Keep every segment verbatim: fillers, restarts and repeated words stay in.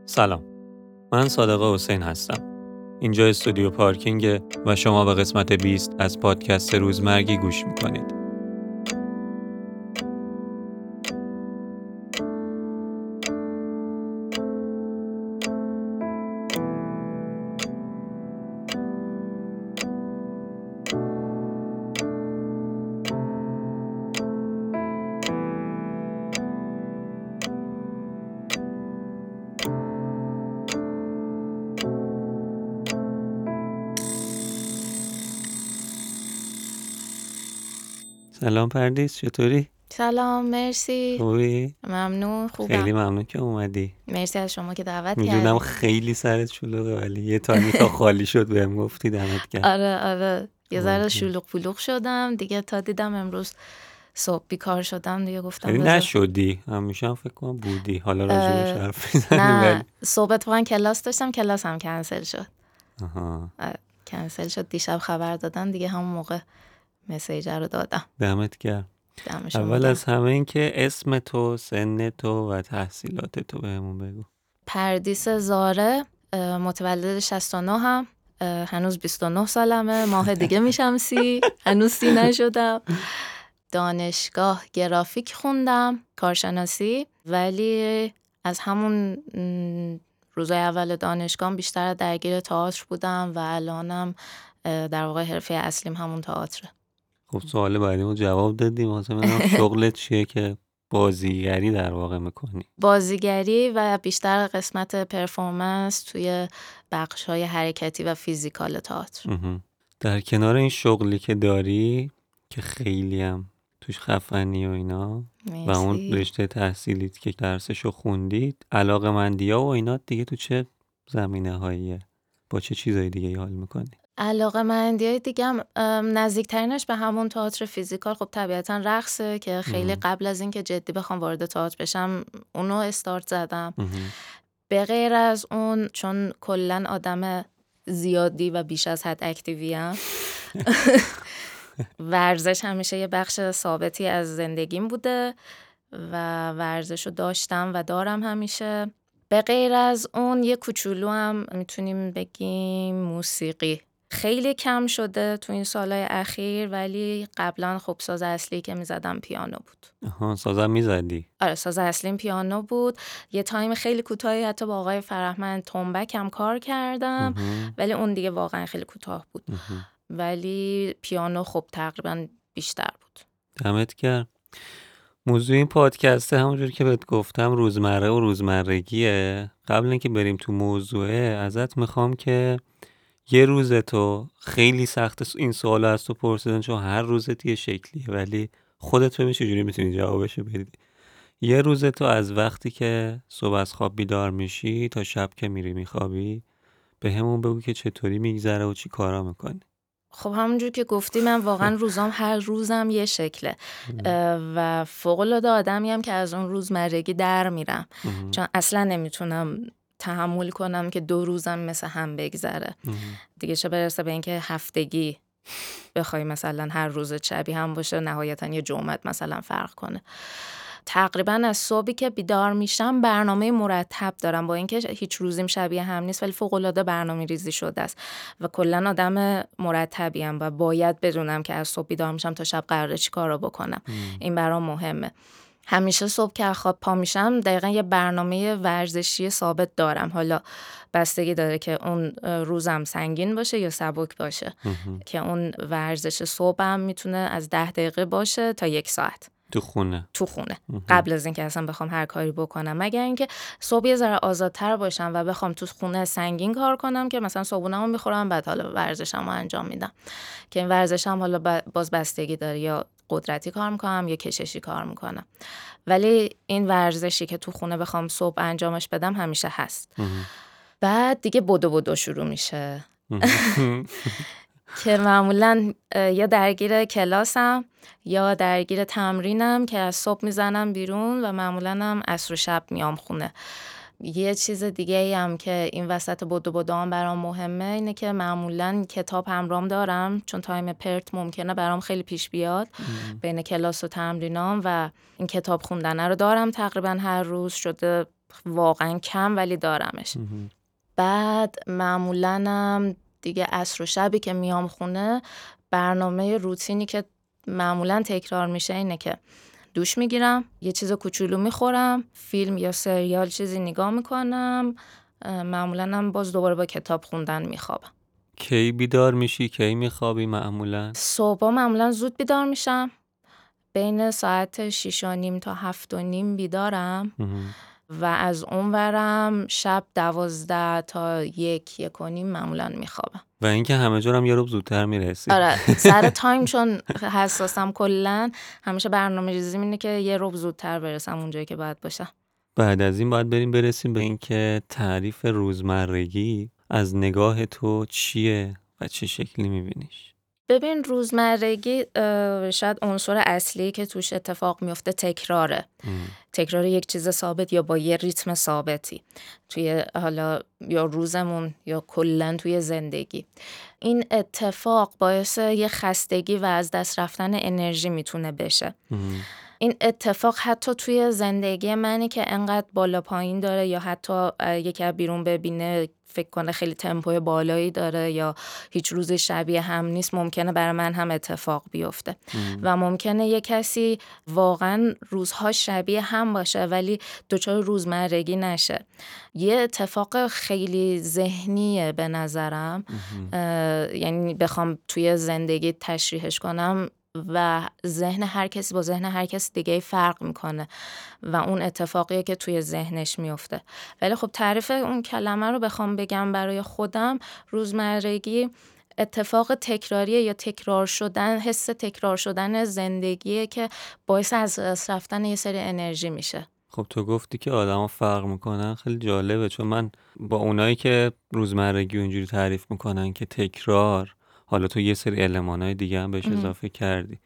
سلام، من صادق حسین هستم. اینجا استودیو پارکینگ و شما به قسمت بیست از پادکست روزمرگی گوش میکنید. سلام پردیس، چطوری؟ سلام، مرسی. خوبی؟ ممنون، خوبم. خیلی ممنون که اومدی. مرسی از شما که دعوت کردید. میدونم خیلی سرت شلوغه ولی یه تاریخ خالی شد بهم گفتی، دمت گرم. آره آره یه ذره شلوغ پلوغ شدم دیگه، تا دیدم امروز صبح بیکار شدم دیگه گفتم یعنی بذار. نشدی، همیشه هم فکر کنم بودی. حالا راجبش حرف میزنیم. نه، صبح اتفاقا کلاس داشتم، کلاسم کنسل شد. آها. کنسل شد، دیشب خبر دادن دیگه، همون موقع مسیج رو دادم. دمت گرم. دمش اول گرم. از همه این که اسم تو، سن تو و تحصیلات تو بهمون بگو. پردیس زاره، متولد شصت و نه هم، هنوز بیست و نه سالمه، ماه دیگه میشم سی، هنوز سی نشدم. دانشگاه گرافیک خوندم، کارشناسی، ولی از همون روزای اول دانشگاه بیشتر درگیر تئاتر بودم و الانم در واقع حرفه اصلیم همون تئاتره. خب سوال بعدیمو جواب دادیم، مثلا شغلت چیه که بازیگری در واقع میکنی؟ بازیگری و بیشتر قسمت پرفورمنس توی بخش‌های حرکتی و فیزیکال تئاتر. در کنار این شغلی که داری که خیلی هم توش خفنی و اینا میسی. و اون رشته تحصیلیت که درسشو خوندید، علاقه‌مندی‌ها و اینا دیگه تو چه زمینه‌هاییه؟ با چه چیزایی دیگه حال میکنی؟ علاقه‌مندی‌های دیگه‌م نزدیکترینش به همون تئاتر فیزیکال خب طبیعتاً رقصه که خیلی ام. قبل از این که جدی بخوام وارد تئاتر بشم اونو استارت زدم. به غیر از اون چون کلاً آدم زیادی و بیش از حد اکتیویم، ورزش همیشه یه بخش ثابتی از زندگیم بوده و ورزشو داشتم و دارم همیشه. به غیر از اون یه کوچولو هم میتونیم بگیم موسیقی. خیلی کم شده تو این سالهای اخیر، ولی قبلا خب ساز اصلی که میزدم پیانو بود. آها، سازم میزدی؟ آره، ساز اصلیم پیانو بود. یه تایم خیلی کوتاهی حتی با آقای فرهمند تنبک هم کار کردم، ولی اون دیگه واقعا خیلی کوتاه بود. ولی پیانو خب تقریبا بیشتر بود. دمت گرم. موضوع این پادکسته همونجور که بهت گفتم روزمره و روزمرگیه. قبل اینکه بریم تو موضوعه ازت میخوام که یه روز تو خیلی سخت این سوال از تو پرسیدن چون هر روزت یه شکلیه، ولی خودت ببین چجوری میتونی جوابشو بدی. یه روز تو از وقتی که صبح از خواب بیدار میشی تا شب که میری میخوابی به همون بگو که چطوری میگذره و چی کارا میکنی. خب همونجور که گفتی من واقعا روزام هر روزم یه شکله و فوق‌العاده آدمیم که از اون روزمرگی در میرم، چون اصلا نمیتونم تحمل کنم که دو روزم مثل هم بگذره دیگه، چه برسه به اینکه هفتگی بخوای مثلا هر روز شبیه هم باشه، نهایتا یه جمعه مثلا فرق کنه. تقریبا از صبحی که بیدار میشم برنامه مرتب دارم، با اینکه هیچ روزیم شبیه هم نیست ولی فوق‌العاده برنامه ریزی شده است و کلا آدم مرتبیم و باید بدونم که از صبح بیدار میشم تا شب قراره چی کارا بکنم. ام. این برام مهمه. همیشه صبح که خواب پا میشم دقیقا یه برنامه ورزشی ثابت دارم. حالا بستگی داره که اون روزم سنگین باشه یا سبک باشه که اون ورزش صبحم میتونه از ده دقیقه باشه تا یک ساعت تو خونه تو خونه قبل از اینکه اصلا بخوام هر کاری بکنم، مگر اینکه صبح یه ذره آزادتر باشم و بخوام تو خونه سنگین کار کنم که مثلا صبحونه‌مو میخورم بعد حالا ورزشمو انجام میدم، که این ورزشم حالا باز بستگی داره، یا قدرتی کار میکنم یا کششی کار میکنم. ولی این ورزشی که تو خونه بخوام صبح انجامش بدم همیشه هست. بعد دیگه بدو بدو شروع میشه که معمولا یا درگیر کلاسم یا درگیر تمرینم که از صبح میزنم بیرون و معمولا هم عصر و شب میام خونه. یه چیز دیگه هم که این وسط بدو بدو هم برام مهمه اینه که معمولا کتاب همرام دارم، چون تایم پرت ممکنه برام خیلی پیش بیاد ام. بین کلاس و تمرینام، و این کتاب خوندنه رو دارم تقریبا هر روز. شده واقعا کم ولی دارمش. بعد معمولنم دیگه عصر و شبی که میام خونه، برنامه روتینی که معمولا تکرار میشه اینه که دوش میگیرم، یه چیز کوچولو میخورم، فیلم یا سریال چیزی نگاه میکنم، معمولا هم باز دوباره با کتاب خوندن میخوابم. کی بیدار میشی؟ کی میخوابی معمولا؟ صبح معمولا زود بیدار میشم، بین ساعت شیش و نیم تا هفت و نیم بیدارم و از اون ورم شب دوازده تا یک یک و نیم معمولا میخوابم. و اینکه همه جور هم یه روب زودتر میرسی. آره سر تایم چون حساسم کلن همیشه برنامه ریزیم اینه که یه روب زودتر برسم اونجایی که باید باشم. بعد از این باید بریم برسیم به اینکه تعریف روزمرگی از نگاه تو چیه و چه شکلی میبینیش؟ ببین روزمرگی شاید عنصر اصلی که توش اتفاق میفته تکراره. ام. تکرار یک چیز ثابت یا با یه ریتم ثابتی توی حالا یا روزمون یا کلن توی زندگی. این اتفاق باعث یه خستگی و از دست رفتن انرژی میتونه بشه. ام. این اتفاق حتی توی زندگی منی که انقدر بالا پایین داره یا حتی یکی از بیرون ببینه فکر کنه خیلی تمپوی بالایی داره یا هیچ روز شبیه هم نیست، ممکنه برای من هم اتفاق بیفته. ام. و ممکنه یه کسی واقعا روزها شبیه هم باشه ولی دچار روزمرگی نشه. یه اتفاق خیلی ذهنیه به نظرم، یعنی بخوام توی زندگی تشریحش کنم و ذهن هر کسی با ذهن هر کسی دیگه فرق میکنه و اون اتفاقیه که توی ذهنش میفته. ولی خب تعریف اون کلمه رو بخوام بگم برای خودم، روزمرگی اتفاق تکراریه یا تکرار شدن، حس تکرار شدن زندگیه که باعث از دست رفتن یه سری انرژی میشه. خب تو گفتی که آدم ها فرق میکنن، خیلی جالبه، چون من با اونایی که روزمرگی اونجوری تعریف میکنن که تکرار، حالا تو یه سری المانای دیگه هم بهش اضافه کردی،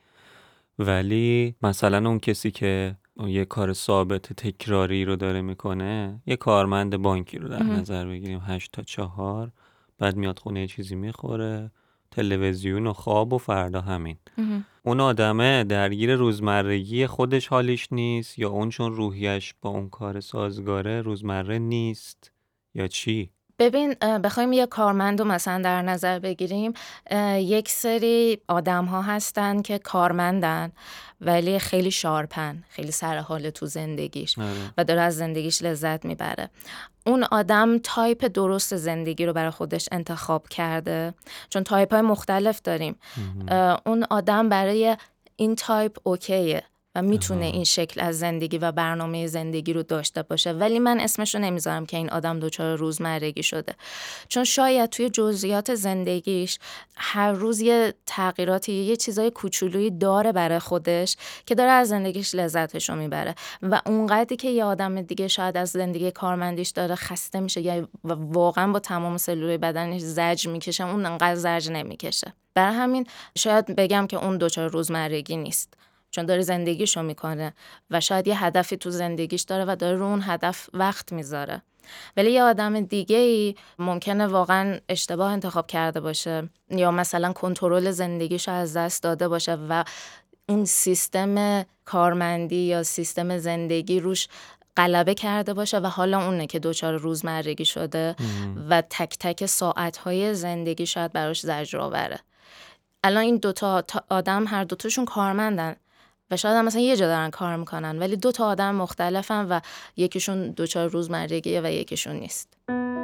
ولی مثلا اون کسی که یه کار ثابت تکراری رو داره میکنه، یه کارمند بانکی رو در نظر بگیریم، هشت تا چهار، بعد میاد خونه یه چیزی میخوره، تلویزیون و خواب و فردا همین. اون آدمه درگیر روزمرگی خودش حالیش نیست یا اون چون روحیش با اون کار سازگاره روزمره نیست یا چی؟ ببین بخوایم یه کارمند رو مثلا در نظر بگیریم، یک سری آدم ها هستن که کارمندن ولی خیلی شارپن، خیلی سرحال تو زندگیش آره. و داره از زندگیش لذت میبره. اون آدم تایپ درست زندگی رو برای خودش انتخاب کرده، چون تایپ های مختلف داریم. اون آدم برای این تایپ اوکیه و میتونه این شکل از زندگی و برنامه زندگی رو داشته باشه، ولی من اسمشو نمیذارم که این آدم دچار روزمرگی شده، چون شاید توی جزئیات زندگیش هر روز یه تغییراتی، یه چیزای کوچولویی داره برای خودش که داره از زندگیش لذتشو میبره و اونقدری که یه آدم دیگه شاید از زندگی کارمندیش داره خسته میشه یا واقعا با تمام سلولای بدنش زجر میکشه، اون انقدر زجر نمیکشه. برای همین شاید بگم که اون دچار روزمرگی نیست، چون داره زندگیشو میکنه و شاید یه هدفی تو زندگیش داره و داره رو اون هدف وقت میذاره. ولی یه آدم دیگه‌ای ممکنه واقعا اشتباه انتخاب کرده باشه یا مثلا کنترل زندگیشو از دست داده باشه و اون سیستم کارمندی یا سیستم زندگی روش غلبه کرده باشه و حالا اونه که دوچار روزمرگی شده ام. و تک تک ساعتهای زندگی شاید براش زجرآوره. الان این دوتا آدم هر دوتاشون کارمندن و شاید هم مثلا یه جا دارن کار میکنن ولی دو تا آدم مختلفن و یکیشون دوچار روزمرگیه و یکیشون نیست.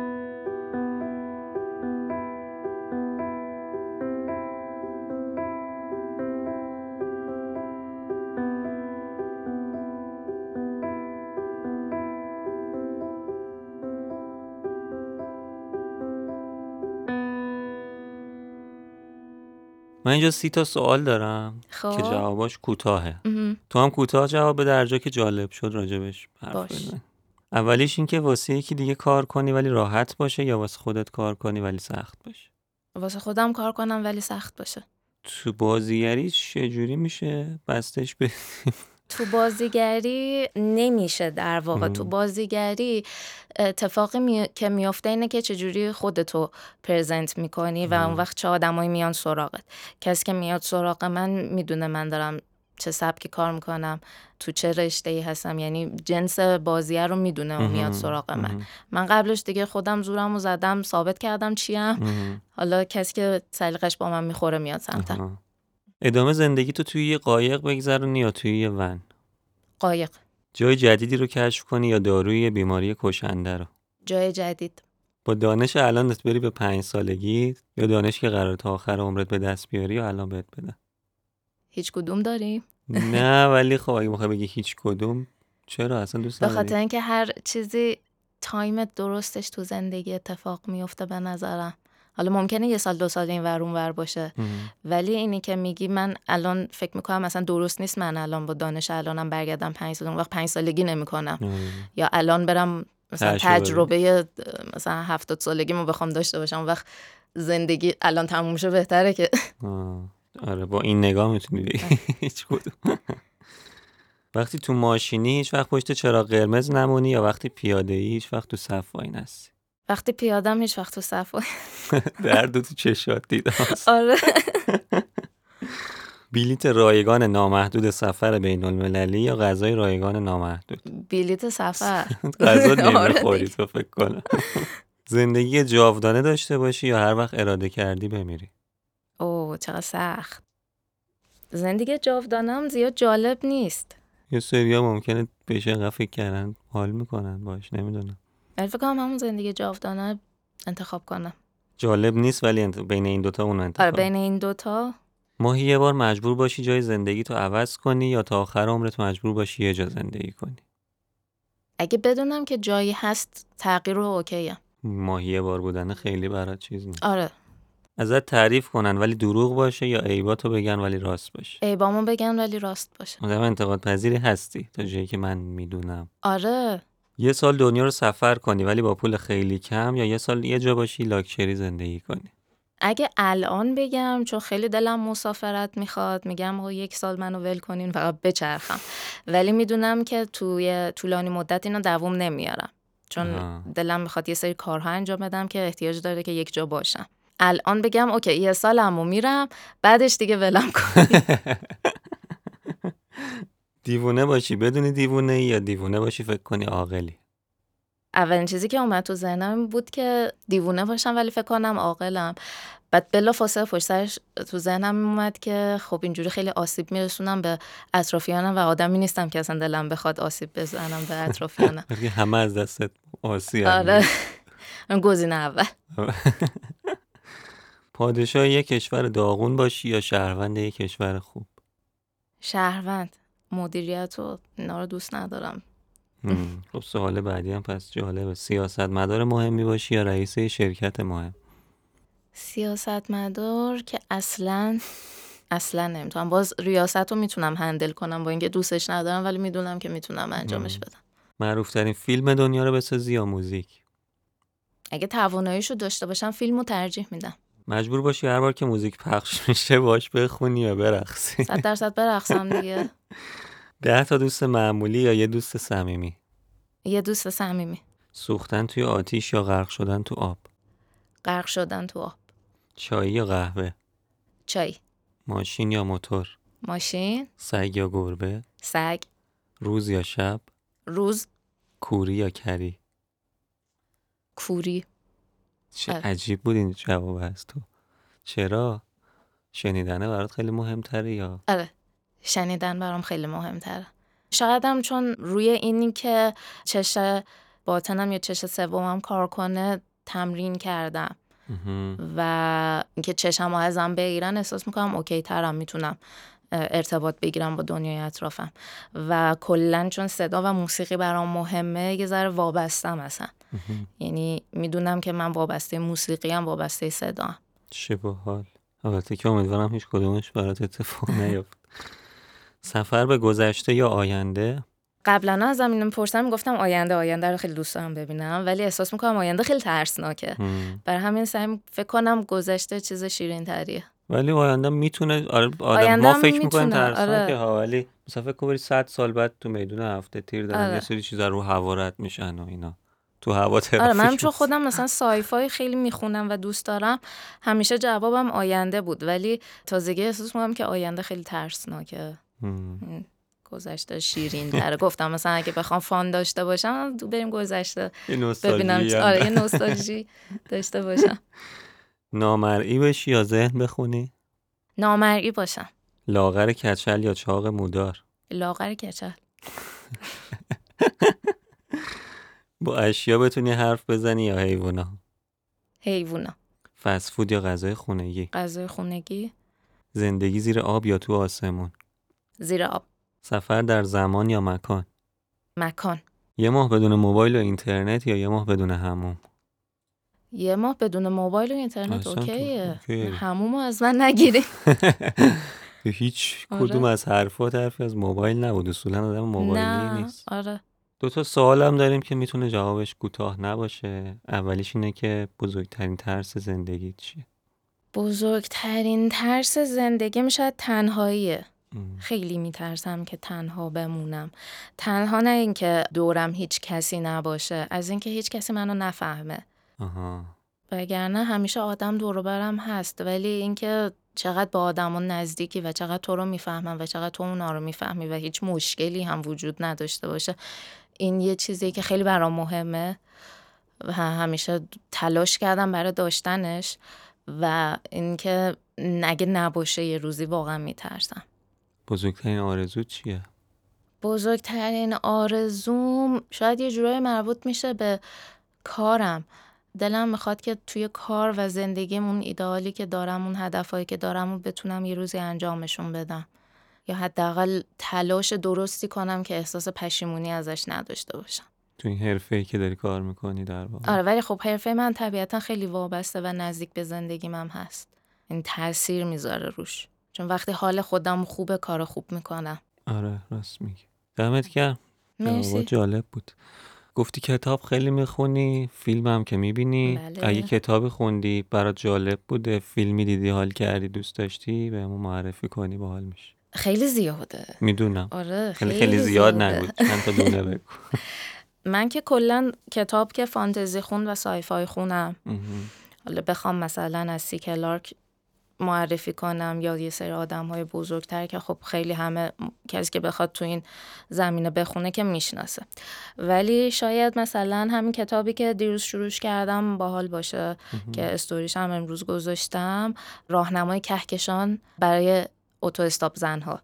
من اینجا سی تا سوال دارم خواه. که جواباش کوتاهه. تو هم کوتاه جواب بده، هر جا که جالب شد راجبش حرف بزن. اولیش این که واسه یکی دیگه کار کنی ولی راحت باشه یا واسه خودت کار کنی ولی سخت باشه؟ واسه خودم کار کنم ولی سخت باشه. تو بازیگری چجوری میشه بستش بدیم؟ تو بازیگری نمیشه در واقع. ام. تو بازیگری اتفاقی می... که میفته اینه که چجوری خودتو پرزنت میکنی و اون وقت چه آدمایی میان سراغت. کسی که میاد سراغ من میدونه من دارم چه سبکی کار میکنم، تو چه رشته‌ای هستم، یعنی جنس بازیه رو میدونه و میاد سراغ من. من قبلش دیگه خودم زورم رو زدم، ثابت کردم چیم، حالا کسی که سلیقش با من میخوره میاد سمتم. ادامه زندگی تو توی یه قایق بگذرونی یا توی یه ون؟ قایق. جای جدیدی رو کشف کنی یا داروی بیماری کشنده رو؟ جای جدید. با دانش الانت بری به پنج سالگی یا دانش که قرار تا آخر عمرت به دست بیاری یا الان بهت بدن؟ هیچ کدوم داریم؟ نه ولی خب اگه بخوای بگی هیچ کدوم، چرا اصلا دوست نداری؟ به خاطر اینکه هر چیزی تایم درستش تو زندگی اتفاق میفته به نظرم. حالا ممکنه یه سال دو سال این ور اون ور باشه ام. ولی اینی که میگی من الان فکر میکنم مثلا درست نیست من الان با دانش الانم برگردم پنج سال، اون وقت پنج سالگی نمیکنم یا الان برم مثلا تجربه مثلا هفتاد سالگیمو بخوام داشته باشم، اون وقت زندگی الان تموم شه بهتره که آره با این نگاه میتونی بگی هیچ کدوم. وقتی تو ماشینی هیچ وقت پشت چراغ قرمز نمونی یا وقتی پیاده ای هیچ وقت تو صف وای نستی؟ وقتی پیادم هیچ وقت تو صف وای درد تو چشات دیدم. آره. بلیت رایگان نامحدود سفر بین المللی یا غذای رایگان نامحدود؟ بلیت سفر. غذا نمیخوری تو فکر کنم. زندگی جاودانه داشته باشی یا هر وقت اراده کردی بمیری؟ اوه چقدر سخت. زندگی جاودانم زیاد جالب نیست. یه سریا ممکنه بهش اینقدر فکر کردن حال میکنن باش، نمیدونم. ولی فکر کنم همون زندگی جاودانه انتخاب کنم. جالب نیست ولی انت... بین این دوتا اون انتخاب. آره بین این دوتا. ماهی یه بار مجبور باشی جای زندگی تو عوض کنی یا تا آخر عمرت مجبور باشی یه جا زندگی کنی؟ اگه بدونم که جایی هست تغییر رو اوکیه. ماهی یه بار بودن خیلی برات چیز نیست. آره. ازت تعریف کنن ولی دروغ باشه یا عیباتو بگن ولی راست باشه؟ عیبامو بگن ولی راست باشه. آدم انتقاد پذیری هستی تا جایی که من میدونم. آره. یه سال دنیا رو سفر کنی ولی با پول خیلی کم یا یه سال یه جا باشی لاکچری زندگی کنی؟ اگه الان بگم چون خیلی دلم مسافرت میخواد، میگم آقا یک سال منو ول کنین فقط بچرخم، ولی میدونم که توی طولانی مدت اینو دوام نمیارم چون آه. دلم میخواد یه سری کارها انجام بدم که احتیاج داره که یک جا باشم. الان بگم اوکی یه سالمو میرم بعدش دیگه ولم کنی. دیوونه باشی بدونی دیوونه ای یا دیوونه باشی فکر کنی عاقلی؟ اولین چیزی که اومد تو ذهنم بود که دیوونه باشم ولی فکر کنم عاقلم. بعد بلافاصله پشت سرش تو ذهنم اومد که خب اینجوری خیلی آسیب میرسونم به اطرافیانم و آدمی نیستم که اصلا دلم بخواد آسیب بزنم به اطرافیانم. همه از دستت آسیب. آره. گزینه اول. پادشاه یک کشور داغون باشی یا شهروند یک کشور خوب؟ شهروند. مدیریت و اینا رو دوست ندارم. خب سوال بعدی هم پس جالبه. سیاستمدار مهمی باشی یا رئیس شرکت مهم؟ سیاستمدار که اصلا اصلا نمیتونم. باز ریاست رو میتونم هندل کنم با اینکه دوستش ندارم ولی میدونم که میتونم انجامش بدم. معروف ترین فیلم دنیا رو بسازی یا موزیک؟ اگه تواناییشو داشته باشم فیلمو ترجیح میدم. مجبور باشی هر بار که موزیک پخش میشه باش بخونی یا برقصی؟ صد درصد برقصم دیگه. ده تا دوست معمولی یا یه دوست صمیمی؟ یه دوست صمیمی. سوختن توی آتیش یا غرق شدن تو آب؟ غرق شدن تو آب. چای یا قهوه؟ چای. ماشین یا موتور؟ ماشین. سگ یا گربه؟ سگ. روز یا شب؟ روز. کوری یا کری؟ کوری. چه اه. عجیب بود این جواب از تو. چرا؟ شنیدنه برات خیلی مهمتره یا؟ آره شنیدن برام خیلی مهمتره. شاید هم چون روی اینی که چش باطنم یا چش سومم کار کنه تمرین کردم و اینکه چشم ها ازم بگیرن احساس میکنم اوکی ترم میتونم ارتباط بگیرم با دنیای اطرافم و کلن چون صدا و موسیقی برام مهمه یه ذره وابستم اصلا. یعنی میدونم که من وابسته موسیقی هم وابسته صدا هم. چه باحال. البته که امیدوارم هیچ کدومش برات اتفاق نیفته. سفر به گذشته یا آینده؟ قبلا ازم اینو میپرسن میگفتم آینده آینده رو خیلی دوست دارم ببینم ولی احساس میکنم آینده خیلی ترسناکه. برای همین سعی فکر کنم گذشته چیز شیرین تریه. ولی آینده میتونه آره آدم ما فکر میکنیم ترسناکه ها آره. ولی مثلا فکر کنم صد سال بعد تو میدون هفته تیر دارن آره. یه سری چیزا رو هوا رد میشن و اینا تو هوا ترافیک. آره من چون خودم مثلا سایفای خیلی میخونم و دوست دارم همیشه جوابم آینده بود ولی تازگی احساس میکنم که آینده خیلی ترسناکه. گذشته شیرین تره. گفتم مثلا اگه بخوام فان داشته باشم بریم گذشته ببینم. آره یه نوستالژی داشته باشم. نامرئی بشی یا ذهن بخونی؟ نامرئی باشم. لاغر کچل یا چاق مودار؟ لاغر کچل. با اشیا بتونی حرف بزنی یا حیوونا؟ حیوونا. فست فود یا غذای خونگی؟ غذای خونگی. زندگی زیر آب یا تو آسمون؟ زیر آب. سفر در زمان یا مکان؟ مکان. یه ماه بدون موبایل و اینترنت یا یه ماه بدون حموم؟ یه ماه بدون موبایل و اینترنت اوکیه. اوکی. حمومو از من نگیری. هیچ کدوم از حرفات حرفی از موبایل نبود. اصولا آدم موبایلی نیست. آره. دو تا سوال هم داریم که میتونه جوابش کوتاه نباشه. اولیش اینه که بزرگترین ترس زندگی چیه؟ بزرگترین ترس زندگی شاید تنهاییه. خیلی میترسم که تنها بمونم. تنها نه اینکه دورم هیچ کسی نباشه، از اینکه هیچ کسی منو نفهمه. آها. وگرنه همیشه آدم دور و برم هست، ولی اینکه چقدر با آدمون نزدیکی و چقدر تو رو میفهمن و چقدر تو اونا رو میفهمی و هیچ مشکلی هم وجود نداشته باشه، این یه چیزی که خیلی برام مهمه و همیشه تلاش کردم برای داشتنش. و اینکه اگه نباشه یه روزی واقعا میترسم. بزرگترین آرزو چیه؟ بزرگترین آرزوم شاید یه جورایی مربوط میشه به کارم. دلم میخواد که توی کار و زندگیمون ایدئالی که دارم، اون هدفایی که دارم رو بتونم یه روزی انجامشون بدم، یا حداقل تلاش درستی کنم که احساس پشیمونی ازش نداشته باشم. تو این حرفه‌ای که داری کار میکنی در واقع؟ آره، ولی خب حرفه من طبیعتا خیلی وابسته و نزدیک به زندگیم هم هست. این تأثیر میذاره روش، چون وقتی حال خودم خوبه کار خوب میکنم. آره راست میگی. دمت گرم. مرسی. جالب بود. گفتی کتاب خیلی میخونی، فیلم هم که میبینی. بله. اگه کتابی خوندی برات جالب بوده، فیلمی دیدی حال کردی دوست داشتی، بهمون معرفی کنی باحال میشه. خیلی زیاده. میدونم. آره خیلی خیلی, خیلی زیاد زیاده. نگو، چند تا دونه بگو. من که کلا کتاب که فانتزی خون و سایفای خونم. حالا بخوام مثلا از سی کلارک معرفی کنم یا یه سری آدم‌های بزرگتر که خب خیلی همه کسی که بخواد تو این زمینه بخونه که میشناسه، ولی شاید مثلا همین کتابی که دیروز شروعش کردم باحال باشه که استوریش هم امروز گذاشتم، راهنمای کهکشان برای اتو استاپ زنها،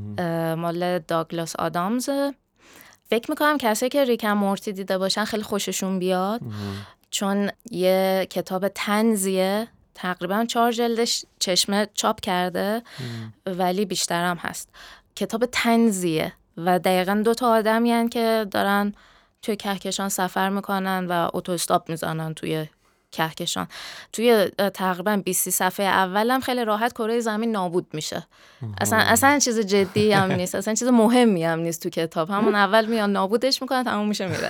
مال داگلاس آدامز. فکر میکنم کسی که ریک ام مورتی دیده باشن خیلی خوششون بیاد، چون یه کتاب طنزیه، تقریبا چهار جلدش چشمه چاپ کرده ولی بیشترم هست. کتاب طنزیه و دقیقاً دو تا آدمی هن که دارن توی کهکشان سفر میکنن و اتو استاپ میزنن توی کهکشان. توی تقریبا بیست صفحه اولم خیلی راحت کره زمین نابود میشه. اصلا اصلا چیز جدی هم نیست، اصلا چیز مهمی هم نیست تو کتاب. همون اول میان نابودش میکنن، تموم میشه میره.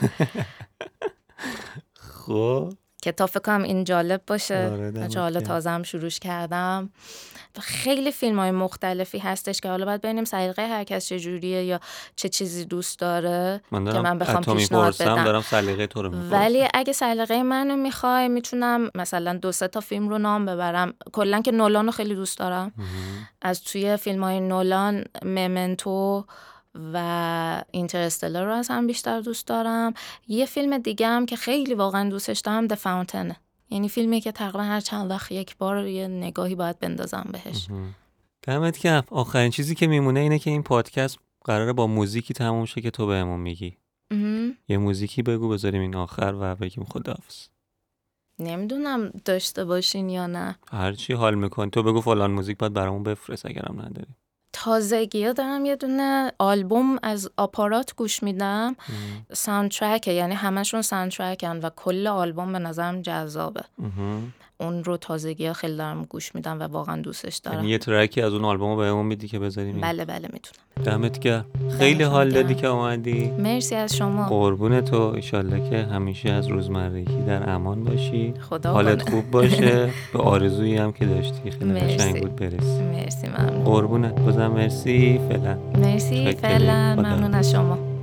خب کتاب فکر کنم این جالب باشه، آره چون حالا تازه هم شروعش کردم. خیلی فیلم های مختلفی هستش که حالا باید ببینیم سلیقه هر کس چه جوریه یا چه چیزی دوست داره من که من بخوام پیشنهاد بدم. دارم سلیقه تو رو میپرسم. ولی اگه سلیقه منو میخوای میتونم مثلا دو سه تا فیلم رو نام ببرم. کلا که نولان رو خیلی دوست دارم. از توی فیلم های نولان ممنتو و اینترستلر رو از هم بیشتر دوست دارم. یه فیلم دیگه هم که خیلی واقعا دوستش دارم د فاونتن، یعنی فیلمی که تقریبا هر چند وقت یک بار یه نگاهی باید بندازم بهش. دمت گرم. آخرین چیزی که میمونه اینه که این پادکست قراره با موزیکی تموم شه که تو بهمون میگی. یه موزیکی بگو بذاریم این آخر و بگیم خداحافظ. نمیدونم داشته باشین یا نه. هر چی حال میکن تو بگو فلان موزیک باید برامون بفرست اگرم نداری. تازگی ها دارم یه دونه آلبوم از آپارات گوش میدم، ساوندترکه، یعنی همشون ساوندترکن و کل آلبوم به نظرم جذابه. اون رو تازگی ها خیلی دارم گوش میدم و واقعا دوستش دارم. یعنی یه ترکی از اون آلبوم بهمون میدی که بذاریم؟ بله بله میتونم. دمت گرم. خیلی حال دادی که اومدی. مرسی از شما. قربون تو. ایشالله که همیشه از روزمرگی در امان باشی. خدا حالت کنه. خوب باشه. به آرزویی هم که داشتی خیلی قشنگ بود برسی. مرسی ممنون. قربونت. بازم مرسی فعلا. مرسی فعلا. ممنون از شما.